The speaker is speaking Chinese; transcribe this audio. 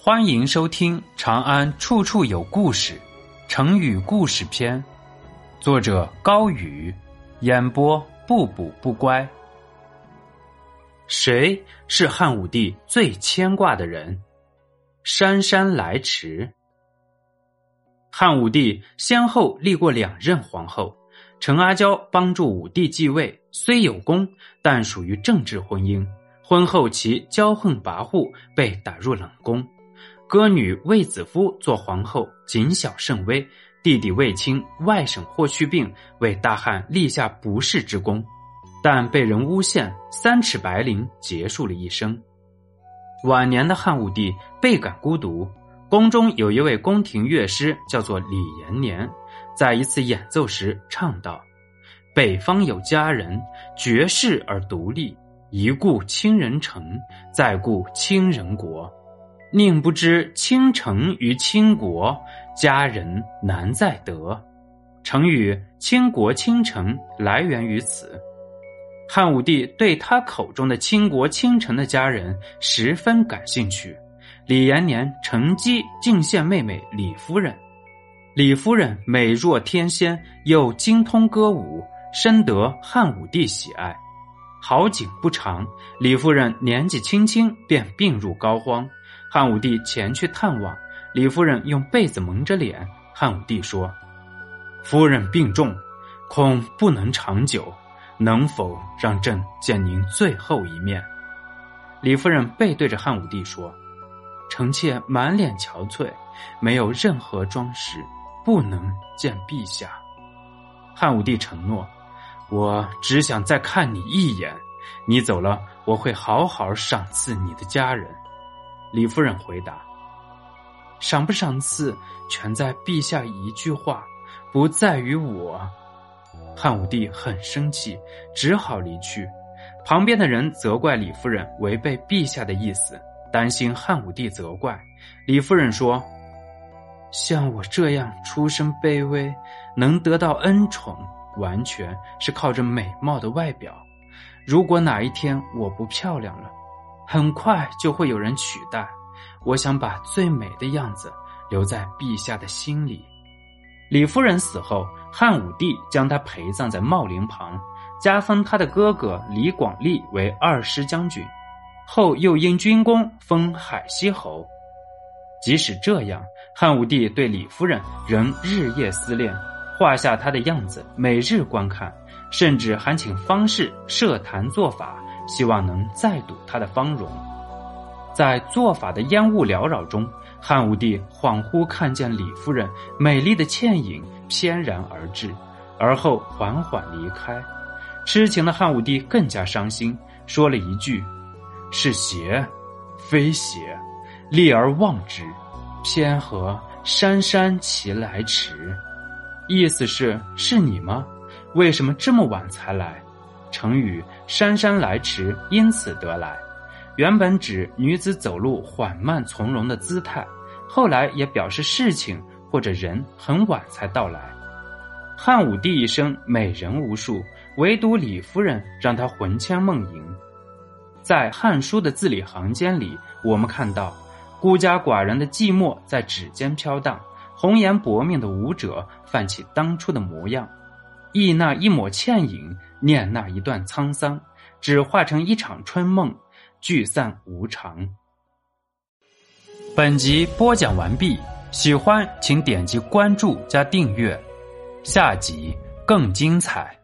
欢迎收听《长安处处有故事》成语故事篇，作者高宇，演播不补不乖。谁是汉武帝最牵挂的人？姗姗来迟。汉武帝先后立过2任皇后，陈阿娇帮助武帝继位，虽有功，但属于政治婚姻，婚后其骄横跋扈，被打入冷宫。歌女卫子夫做皇后，谨小慎微，弟弟卫青、外甥霍去病为大汉立下不世之功，但被人诬陷，3尺白绫结束了一生。晚年的汉武帝倍感孤独，宫中有一位宫廷乐师叫做李延年，在一次演奏时唱道：北方有佳人，绝世而独立，一顾倾人城，再顾倾人国，宁不知倾城于倾国，佳人难再得。成语倾国倾城来源于此。汉武帝对他口中的倾国倾城的佳人十分感兴趣，李延年乘机进献妹妹李夫人。李夫人美若天仙，又精通歌舞，深得汉武帝喜爱。好景不长，李夫人年纪轻轻便病入膏肓，汉武帝前去探望，李夫人用被子蒙着脸。汉武帝说：夫人病重，恐不能长久，能否让朕见您最后一面？李夫人背对着汉武帝说：臣妾满脸憔悴，没有任何装饰，不能见陛下。汉武帝承诺：我只想再看你一眼，你走了，我会好好赏赐你的家人。李夫人回答：赏不赏赐全在陛下一句话，不在于我。汉武帝很生气，只好离去。旁边的人责怪李夫人违背陛下的意思，担心汉武帝责怪。李夫人说：像我这样出身卑微，能得到恩宠，完全是靠着美貌的外表。如果哪一天我不漂亮了，很快就会有人取代。我想把最美的样子留在陛下的心里。李夫人死后，汉武帝将她陪葬在茂陵旁，加封他的哥哥李广利为2师将军，后又因军功封海西侯。即使这样，汉武帝对李夫人仍日夜思念，画下她的样子，每日观看，甚至还请方士设坛做法，希望能再睹她的芳容。在做法的烟雾缭绕中，汉武帝恍惚看见李夫人美丽的倩影翩然而至，而后缓缓离开。痴情的汉武帝更加伤心，说了一句：是邪非邪，立而忘之，偏何姗姗其来迟。意思是你吗？为什么这么晚才来？成语姗姗来迟因此得来，原本指女子走路缓慢从容的姿态，后来也表示事情或者人很晚才到来。汉武帝一生美人无数，唯独李夫人让他魂牵梦萦。在《汉书》的字里行间里，我们看到孤家寡人的寂寞在指尖飘荡，红颜薄命的舞者泛起当初的模样，忆那一抹倩影，念那一段沧桑，只化成一场春梦，聚散无常。本集播讲完毕，喜欢请点击关注加订阅，下集更精彩。